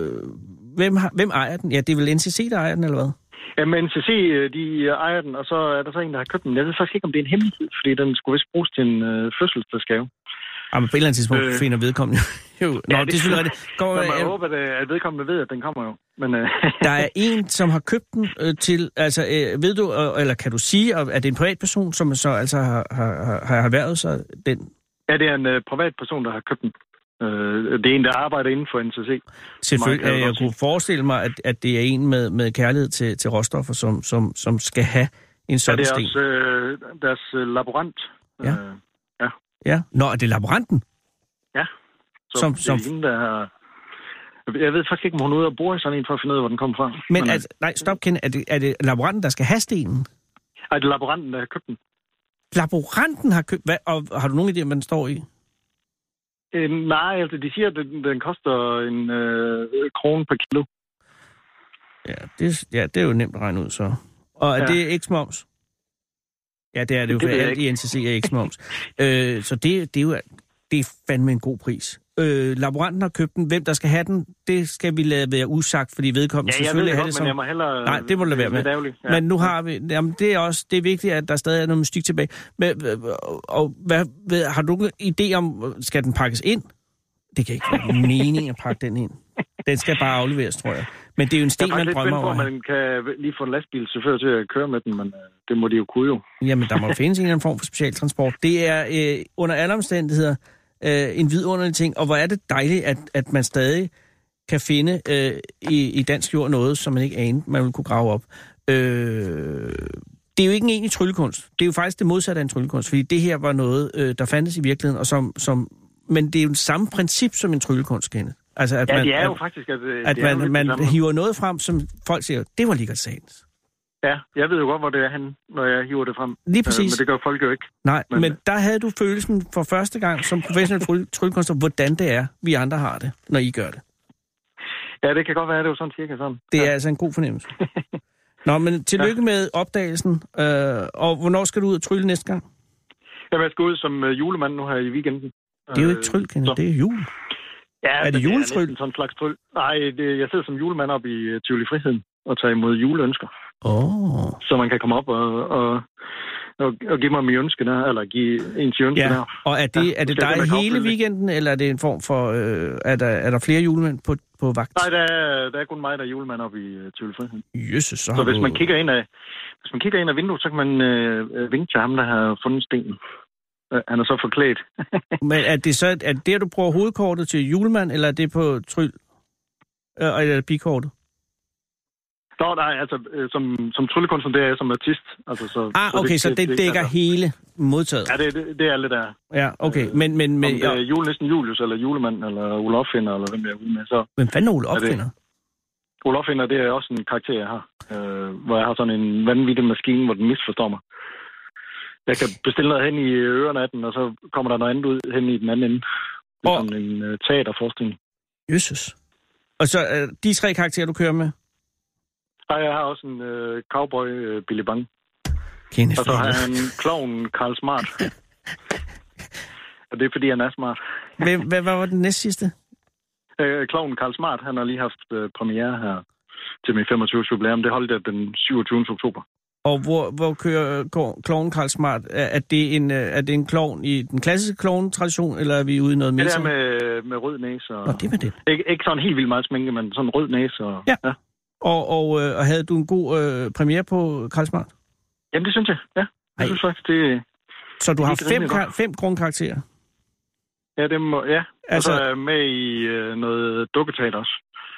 hvem ejer den? Ja, det er vel NCC, der ejer den, eller hvad? Jamen, NCC, de ejer den, og så er der så en, der har købt den. Jeg ved faktisk ikke, om det er en hemmelighed, fordi den skulle vist bruges til en fødselsdagsgave. Men på et eller andet tidspunkt finder vedkommende jo. Nå, ja, det er selvfølgelig rigtigt. Jeg håber, at vedkommende ved, at den kommer jo. Men, Der er en, som har købt den til, altså ved du, eller kan du sige, at det er en privatperson, som så altså har erhvervet sig den? Ja, det er en privatperson, der har købt den. Det er en, der arbejder inden for NCC. Selvfølgelig. Jeg kunne forestille mig, at det er en med kærlighed til råstoffer, som skal have en sådan sten. Det er også deres laborant. Ja. Ja. Nå, er det laboranten? Ja. Så det er hende, der har... Jeg ved faktisk ikke, om hun er ude og bore i sådan en for at finde ud af, hvor den kommer fra. Men altså, nej, stop, Ken. Er det laboranten, der skal have stenen? Nej, det er laboranten, der har købt den. Laboranten har købt... Og har du nogen idé, om hvad den står i? Nej, altså de siger, at den koster en krone per kilo. Ja, det er jo nemt at regne ud, så. Og er det ikke moms? Ja, det er det jo, for alt i NCC er ikke moms. Så det er fandme en god pris. Laboranten har købt den. Hvem der skal have den, det skal vi lade være usagt, fordi vedkommende selvfølgelig have det som... men jeg må hellere... Nej, det må du lade være med. Ja. Men nu har vi... Jamen, det er vigtigt, at der stadig er noget mystik tilbage. Og har du en idé om, skal den pakkes ind? Det kan ikke være mening at pakke den ind. Den skal bare afleveres, tror jeg. Men det er jo en sten, man drømmer over. Man kan lige få en lastbilchauffør til at køre med den, men det må de jo kunne jo. Jamen, der må findes en eller anden form for specialtransport. Det er under alle omstændigheder en vidunderlig ting, og hvor er det dejligt, at man stadig kan finde i dansk jord noget, som man ikke anede, man ville kunne grave op. Det er jo ikke en egentlig tryllekunst. Det er jo faktisk det modsatte af en tryllekunst, fordi det her var noget, der fandtes i virkeligheden, og men det er jo det samme princip som en tryllekunst, Kenneth. Altså, at det er jo faktisk... man hiver noget frem, som folk siger, det var lige sandt. Ja, jeg ved jo godt, hvor det er henne, når jeg hiver det frem. Lige præcis. Men det gør folk jo ikke. Nej, men der havde du følelsen for første gang som professionel tryllekunstner, hvordan det er, vi andre har det, når I gør det. Ja, det kan godt være, det var sådan cirka sådan. Det er altså en god fornemmelse. Nå, men tillykke med opdagelsen. Og hvornår skal du ud og trylle næste gang? Jeg skal ud som julemand nu her i weekenden. Det er jo ikke tryl, Kenneth. Det er jul. Ja, er det juletryl? Det er sådan en slags tryl. Nej, jeg sidder som julemand op i Tivoli Friheden og tager imod juleønsker. Så man kan komme op og give mig min ønske der, eller give en til ønske der. Og er det dig hele weekenden, eller er det en form for... er der flere julemænd på vagt? Nej, der er kun mig, der er julemand op i Tivoli Friheden. Jesus, så hvis man kigger ind af vinduet, så kan man vinke til ham, der har fundet stenen. Han er så forklædt. Men er det du bruger hovedkortet til julemand, eller er det på tryl? Eller er det bikortet? Nå, nej, altså som tryllekunstner, det er jeg som artist. Altså, så det dækker hele modtaget? Ja, det er lidt der. Ja, okay. Men om det er julenissen Julius, eller julemand, eller Ole Opfinder, eller hvem jeg er ude med. Så hvem fanden er Ole Opfinder? Ole Opfinder, det er også en karakter, jeg har. Hvor jeg har sådan en vanvittig maskine, hvor den misforstår mig. Jeg kan bestille noget hen i ørerne af den, og så kommer der noget andet ud hen i den anden ende. Det er sådan en teaterforestilling. Jesus. Og så de 3 karakterer, du kører med? Nej, jeg har også en cowboy, Billy Bang. Kenneth, og så har jeg en klovn, Karl Smart. Og det er, fordi han er smart. Hvad var den næste sidste? Klovn Karl Smart, han har lige haft premiere her til min 25 års jubilæum. Det holdt jeg den 27. oktober. Og hvor kører klovnen Karl Smart? Er det en klovn i den klassiske klovn-tradition, eller er vi ude i noget mere? Det er med rød næse. Og det var det. Ikke sådan helt vildt meget sminke, men sådan rød næse. Ja. Og havde du en god premiere på Karl Smart? Jamen, det synes jeg. Ja, jeg synes faktisk, det... Så du har 5 grundkarakterer? Ja, det må... Ja, altså... og så er jeg med i noget dukketeater også.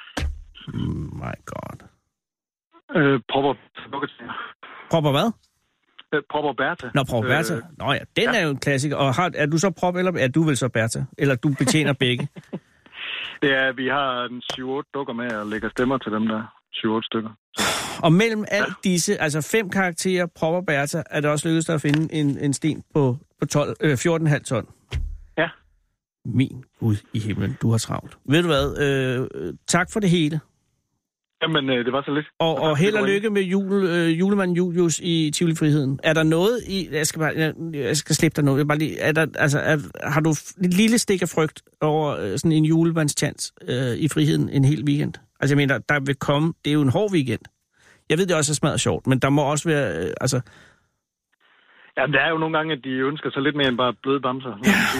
My god. Propper dukketeater. Propper hvad? Propper Bertha. Nå, Propper Bertha. Nå ja, den er jo en klassiker. Og er du så Prop, eller er du vel så Bertha? Eller du betjener begge? Det er, vi har 7-8 dukker med og lægger stemmer til dem der. 7-8 stykker. Og mellem alt disse, altså 5 karakterer, Propper Bertha, er det også lykkedes at finde en sten på 14,5 ton. Ja. Min Gud i himlen, du har travlt. Ved du hvad? Tak for det hele. Jamen, det var så lidt. Og held og lykke med julemanden Julius i Tivoli Friheden. Er der noget i... Jeg skal slippe dig noget. Har du et lille stik af frygt over sådan en julemandschance i Friheden en hel weekend? Altså, jeg mener, der vil komme... Det er jo en hård weekend. Jeg ved, det også er smadret sjovt, men der må også være... Ja, der er jo nogle gange, at de ønsker sig lidt mere end bare bløde bamser.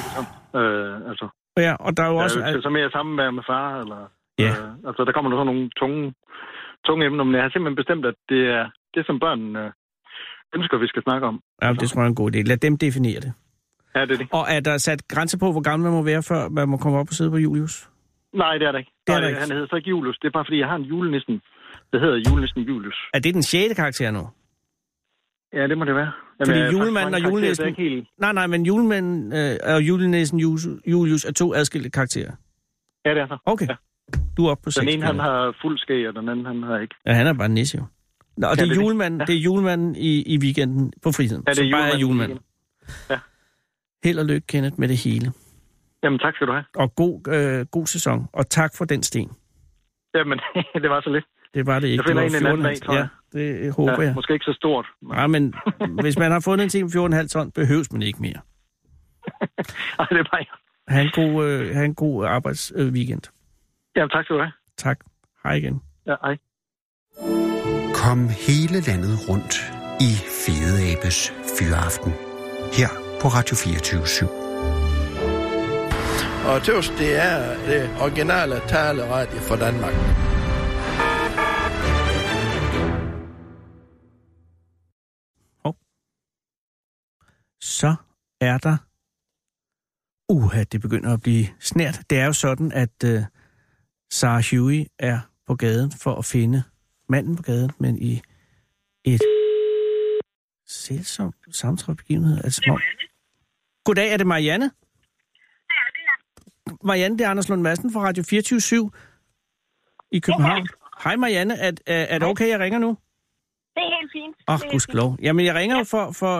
Ja, og der er jo også... Jeg ønsker så mere sammenvær med far, eller... Ja. Der kommer der sådan nogle tunge emner, men jeg har simpelthen bestemt, at det er det, som børnene ønsker, vi skal snakke om. Ja, det tror jeg er en god idé. Lad dem definere det. Ja, det er det. Og er der sat grænser på, hvor gammel man må være, før man må komme op og sidde på Julius? Nej, det er der ikke. Han hedder så ikke Julius. Det er bare, fordi jeg har en julenissen. Det hedder julenissen Julius. Er det den 6. karakter nu? Ja, det må det være. Fordi julemanden og julenissen... Helt... Nej, men julemanden og julenissen Julius er 2 adskilte karakterer. Ja, det er så. Okay. Ja. Du er oppe på 6. Den ene, han har fuld skæg, og den anden, han har ikke. Ja, han er bare en nisse jo. Nå, og det er julemanden, det er julemanden i weekenden på Friheden. Ja, det er bare julemanden. Ja. Held og lykke, Kenneth, med det hele. Jamen, tak skal du have. Og god sæson, og tak for den sten. Jamen, det var så lidt. Det var det ikke. Jeg finder en anden dag, tror jeg. Ja, det håber jeg. Måske ikke så stort. Nej, men hvis man har fundet en ting på 14,5 ton, behøves man ikke mere. Nej, det er bare jeg. Ha' en god arbejdsweekend. Jamen, tak skal du have. Tak. Hej igen. Ja, hej. Kom hele landet rundt i Fede Abes Fyraften. Her på Radio 24/7. Og tøvs, det er det originale taleradio for Danmark. Så er der... det begynder at blive snært. Det er jo sådan, at Sarah Huey er på gaden for at finde manden på gaden, men i et sælsomt samtræbegivenhed. Altså, goddag, er det Marianne? Ja, det er. Marianne, det er Anders Lund Madsen fra Radio 24/7 i København. Hej Marianne, er det okay, jeg ringer nu? Det er helt fint. Gudskelov. Jamen, jeg ringer jo for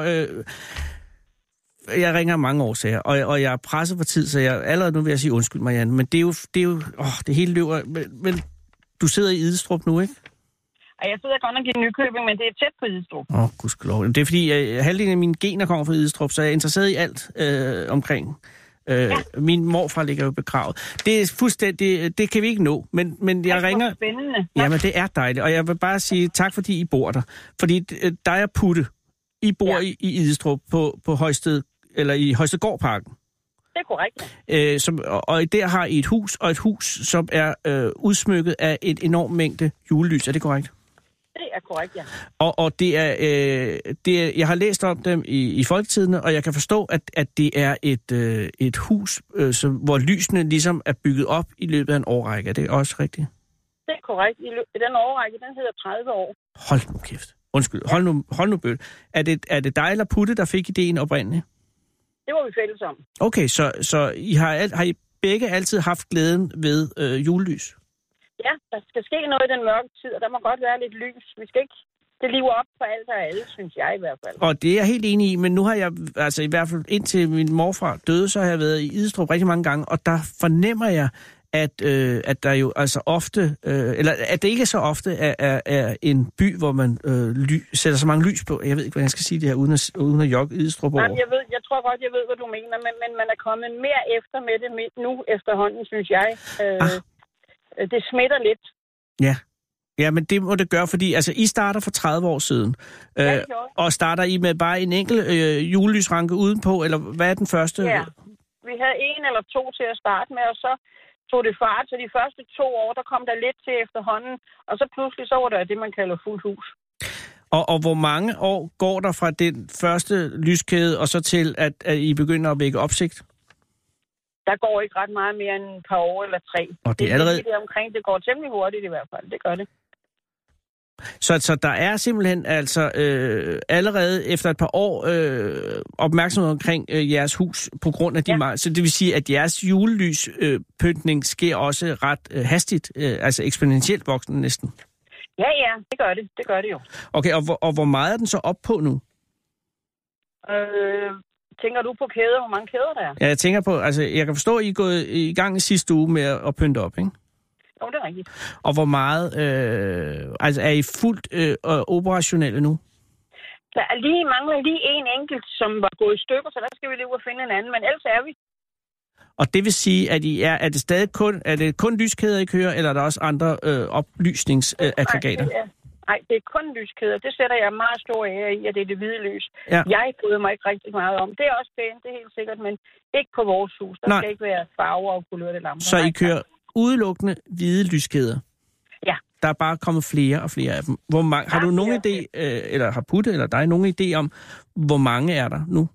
jeg ringer mange årsager, og jeg er presset for tid, så jeg allerede nu vil jeg sige undskyld, Marianne, men det er jo det hele løber. Men Du sidder i Idestrup nu, ikke? Jeg sidder godt nok i Nykøbing, men det er tæt på Idestrup. Gudskelov. Det er fordi, halvdelen af mine gener kommer fra Idestrup, så jeg er interesseret i alt omkring. Min morfar ligger jo begravet. Det er fuldstændig, det kan vi ikke nå, men jeg ringer. Spændende. Jamen, det er dejligt, og jeg vil bare sige tak, fordi I bor der. Fordi der er Putte. I bor i Idestrup på Højsted, eller i Højstedgårdparken. Det er korrekt. Og der har I et hus, som er udsmykket af et enormt mængde julelys. Er det korrekt? Det er korrekt, ja. Og det er, jeg har læst om dem i Folketidene, og jeg kan forstå, at det er et hus, hvor lysene ligesom er bygget op i løbet af en årrække. Er det også rigtigt? Det er korrekt. Den årrække, den hedder 30 år. Hold nu kæft. Undskyld. Hold nu bøl. Er det dig eller Putte, der fik ideen oprindeligt? Det var vi fælles om. Okay, så I har I begge altid haft glæden ved julelys? Ja, der skal ske noget i den mørke tid, og der må godt være lidt lys. Vi skal ikke det lever op for alt og alle, synes jeg i hvert fald. Og det er jeg helt enig i, men nu har jeg, altså i hvert fald indtil min morfar døde, så har jeg været i Idestrup rigtig mange gange, og der fornemmer jeg, at der jo altså ofte, eller at det ikke er så ofte er en by, hvor man sætter så mange lys på. Jeg ved ikke, hvordan jeg skal sige det her, uden at jogge Idestrup over. Jamen, jeg tror godt, jeg ved, hvad du mener, men man er kommet mere efter med det nu efterhånden, synes jeg. Det smitter lidt. Ja. Ja, men det må det gøre, fordi altså, I starter for 30 år siden. Og starter I med bare en enkelt julelysranke udenpå, eller hvad er den første? Ja, vi havde 1 eller 2 til at starte med, og så tog det fart. Så de første 2 år, der kom der lidt til efterhånden, og så pludselig så var der det, man kalder fuldt hus. Og hvor mange år går der fra den første lyskæde, og så til, at I begynder at vække opsigt? Der går ikke ret meget mere end et par år eller 3. Og det er allerede... Det omkring, det går temmelig hurtigt i hvert fald. Det gør det. Så der er simpelthen altså allerede efter et par år opmærksomhed omkring jeres hus på grund af de meget. Så det vil sige, at jeres julelyspyntning sker også ret hastigt, altså eksponentielt voksende næsten. Ja, det gør det. Det gør det jo. Okay, og hvor meget er den så op på nu? Tænker du på kæder? Hvor mange kæder der er? Ja, jeg tænker på, altså jeg kan forstå, at I er gået i gang i sidste uge med at pynte op, ikke? Jo, det er rigtigt. Og hvor meget, altså er I fuldt operationelle nu? Der mangler lige en enkelt, som var gået i stykker, så der skal vi lige ud og finde en anden, men ellers er vi. Og det vil sige, at er det stadig kun lyskæder, I kører, eller er der også andre oplysningsaggregater? Nej, det er kun lyskæder. Det sætter jeg meget stor ære i, at det er det hvide lys. Ja. Jeg bryder mig ikke rigtig meget om. Det er også pænt, det er helt sikkert, men ikke på vores hus. Der skal ikke være farver og kulørte lamper. Så I kører udelukkende hvide lyskæder? Ja. Der er bare kommet flere og flere af dem. Har du nogen idé, eller har Putte eller dig nogen idé om, hvor mange er der nu?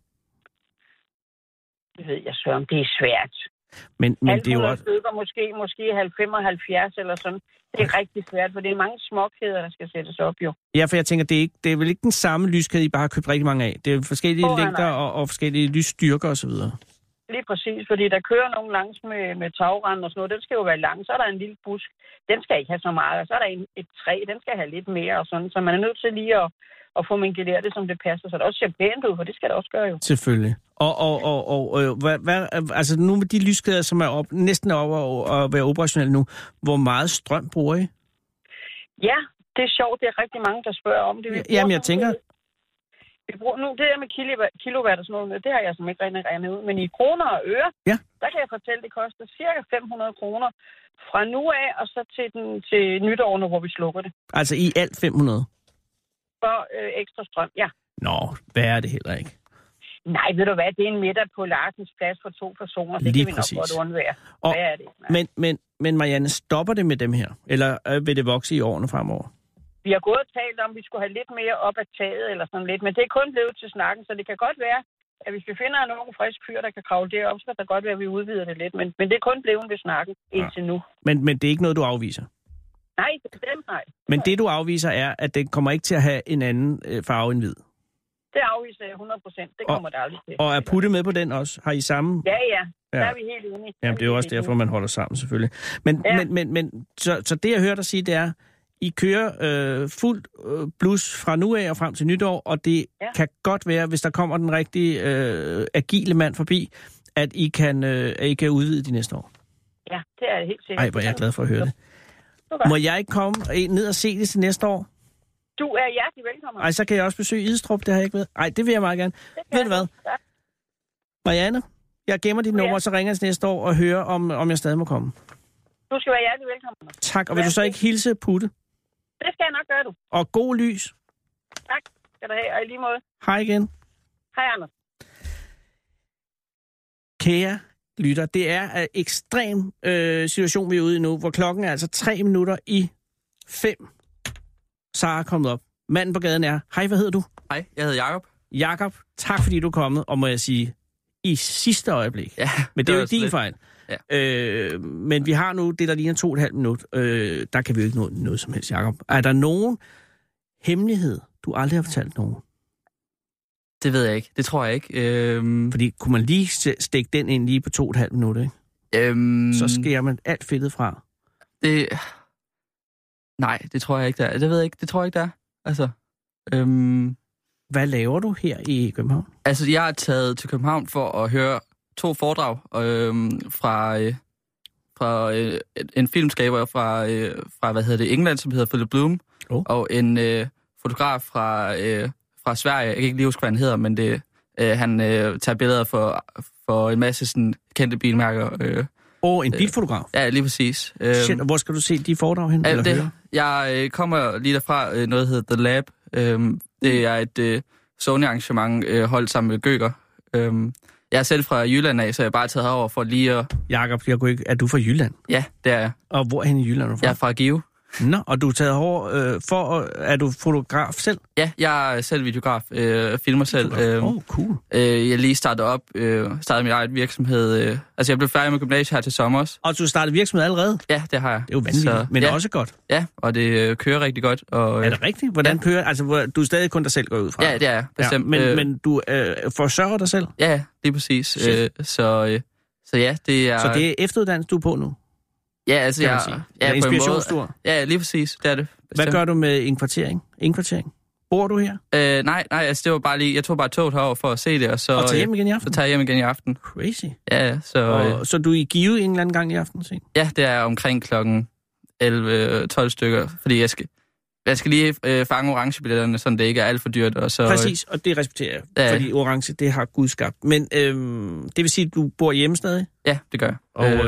Det ved jeg så om. Det er svært. Men det er jo også... stykker, måske 75 eller sådan. Det er rigtig svært, for det er mange småkæder, der skal sættes op jo. Ja, for jeg tænker, det er vel ikke den samme lyskæde, I bare har købt rigtig mange af. Det er forskellige længder og forskellige lysstyrker osv. Lige præcis, fordi der kører nogen langs med tagrand og sådan noget. Den skal jo være lang. Så er der en lille busk. Den skal ikke have så meget. Og så er der et træ. Den skal have lidt mere og sådan. Så man er nødt til lige at få mingeleret det, som det passer. Så det også ser pænt ud, for det skal det også gøre jo. Selvfølgelig. Og hvad, altså nu med de lyskæder, som er næsten op at være operationelle nu, hvor meget strøm bruger I? Ja, det er sjovt. Det er rigtig mange, der spørger om det. Jamen, jeg tænker... Vi bruger nu det der med kilowatt og sådan noget, det har jeg som ikke rigtig regnet ud. Men i kroner og øre, der kan jeg fortælle, det koster cirka 500 kroner fra nu af, og så til nytårene, hvor vi slukker det. Altså i alt 500? For ekstra strøm, ja. Nå, hvad er det heller ikke? Nej, ved du hvad, det er en middag på Larsens plads for 2 personer. Det lige kan vi nok godt undvære. Hvad er det? Men Marianne, stopper det med dem her? Eller vil det vokse i årene fremover? Vi har gået og talt om, at vi skulle have lidt mere op ad taget eller sådan lidt, men det er kun blevet til snakken, så det kan godt være, at hvis vi finder nogen frisk fyr, der kan kravle derop, så kan det godt være, at vi udvider det lidt, men det er kun blevet ved snakken indtil nu. Men det er ikke noget, du afviser? Nej, det er bestemt nej. Men det, du afviser, er, at det kommer ikke til at have en anden farve end hvid? Det afviser jeg 100%. Det kommer der aldrig til. Og er Putte med på den også? Har I samme? Ja. Der er vi helt enige. Jamen, det er jo også derfor, man holder sammen, selvfølgelig. Men så det, jeg hørte dig sige, det er, I kører fuldt blus fra nu af og frem til nytår, og det kan godt være, hvis der kommer den rigtige agile mand forbi, at I kan udvide de næste år. Ja, det er det helt sikkert. Ej, hvor er jeg glad for at høre det. Super. Må jeg ikke komme ned og se det til næste år? Du er hjertelig velkommen. Ej, så kan jeg også besøge Idstrup, det har jeg ikke ved. Ej, det vil jeg meget gerne. Ved du hvad? Ja. Marianne, jeg gemmer dit nummer, så ringer jeg til næste år og hører, om jeg stadig må komme. Du skal være hjertelig velkommen. Tak, og vil du så ikke hilse Putte? Det skal jeg nok gøre, du. Og god lys. Tak skal du have, og i lige måde. Hej igen. Hej, Anders. Kære lytter, det er en ekstrem situation, vi er ude i nu, hvor klokken er altså 5:03. Sara er kommet op. Manden på gaden er, hej, hvad hedder du? Hej, jeg hedder Jakob. Jakob, tak fordi du er kommet, og må jeg sige, i sidste øjeblik. Ja, men det er jo ikke din fejl. Ja. Men vi har nu det, der ligner 2,5 minut. Der kan vi jo ikke nå noget som helst, Jakob. Er der nogen hemmelighed, du aldrig har fortalt nogen? Det ved jeg ikke. Det tror jeg ikke. Fordi kunne man lige stikke den ind lige på 2,5 minutter, ikke? Så skærer man alt fedtet fra. Nej, det tror jeg ikke, der er. Det ved jeg ikke. Det tror jeg ikke, der er. Altså, Hvad laver du her i København? Altså, jeg er taget til København for at høre 2 foredrag fra en filmskaber fra England, som hedder Philip Bloom, og en fotograf fra Sverige. Jeg kan ikke lige huske, hvad han hedder, men han tager billeder for en masse sådan, kendte bilmærker. En bilfotograf? Ja, lige præcis. Shit, og hvor skal du se de foredrag hen? Jeg kommer lige derfra, noget der hedder The Lab. Det er et Sony-arrangement holdt sammen med Gøger. Jeg er selv fra Jylland af, så jeg er bare taget herover for lige at... Jakob, er du fra Jylland? Ja, det er jeg. Og hvor hen i Jylland er du fra? Jeg er fra Give. Nå, og du er taget herover er du fotograf selv? Ja, jeg er selv videograf, filmer selv. Cool. Jeg lige startede min egen virksomhed. Altså, jeg blev færdig med gymnasiet her til sommer også. Og du startede virksomhed allerede? Ja, det har jeg. Det er jo vanvittigt, men også godt. Ja, og det kører rigtig godt. Og, er det rigtigt? Hvordan kører? Altså, du er stadig kun dig selv går ud fra? Ja, det er jeg, bestemt. Ja, men du forsørger dig selv? Ja, det er præcis. Så ja, det er... Så det er efteruddannelse, du er på nu? Ja, altså ja, inspirationstur. Ja, lige præcis. Det er det. Bestemt. Hvad gør du med indkvartering? Bor du her? Nej, altså det var bare lige, jeg tog bare toget herover for at se det, og så... Og tager hjem igen i aften? Så tager jeg hjem igen i aften. Crazy. Ja, så... Så du er i Give en eller anden gang i aften, så? Ja, det er omkring klokken 11-12 stykker, fordi jeg skal lige fange orangebilletterne, så det ikke er alt for dyrt. Og så, præcis, og det respekterer jeg, fordi orange, det har Gud skabt. Men det vil sige, at du bor hjemme stadig? Ja, det gør jeg.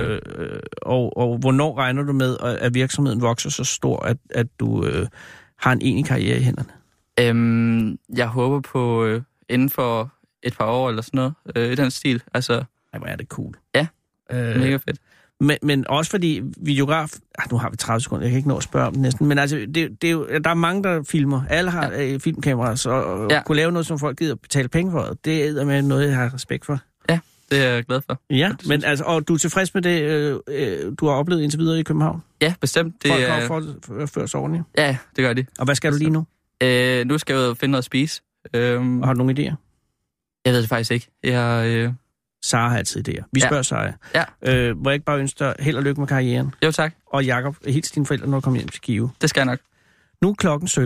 Og hvornår regner du med, at virksomheden vokser så stor, at du har en egentlig karriere i hænderne? Jeg håber på inden for et par år eller sådan noget, i den stil. Altså, ej, hvor er det cool. Ja, mega fedt. Men også fordi videograf... nu har vi 30 sekunder, jeg kan ikke nå at spørge om det næsten. Men altså, det er jo, der er mange, der filmer. Alle har filmkameraer, så kunne lave noget, som folk gider betale penge for. Det er med noget, jeg har respekt for. Ja, det er jeg glad for. Ja, men altså, og du er tilfreds med det, du har oplevet indtil videre i København? Ja, bestemt. Folk har ført sig ordentligt? Ja, det gør de. Og hvad skal du lige nu? Nu skal jeg finde noget at spise. Og har du nogle idéer? Jeg ved det faktisk ikke. Sara har altid idéer. Vi spørger Sara. Ja. Må jeg ikke bare ønske dig held og lykke med karrieren? Jo, tak. Og Jakob, hils dine forældre, når du kommer hjem til Give. Det skal jeg nok. Nu er klokken 17.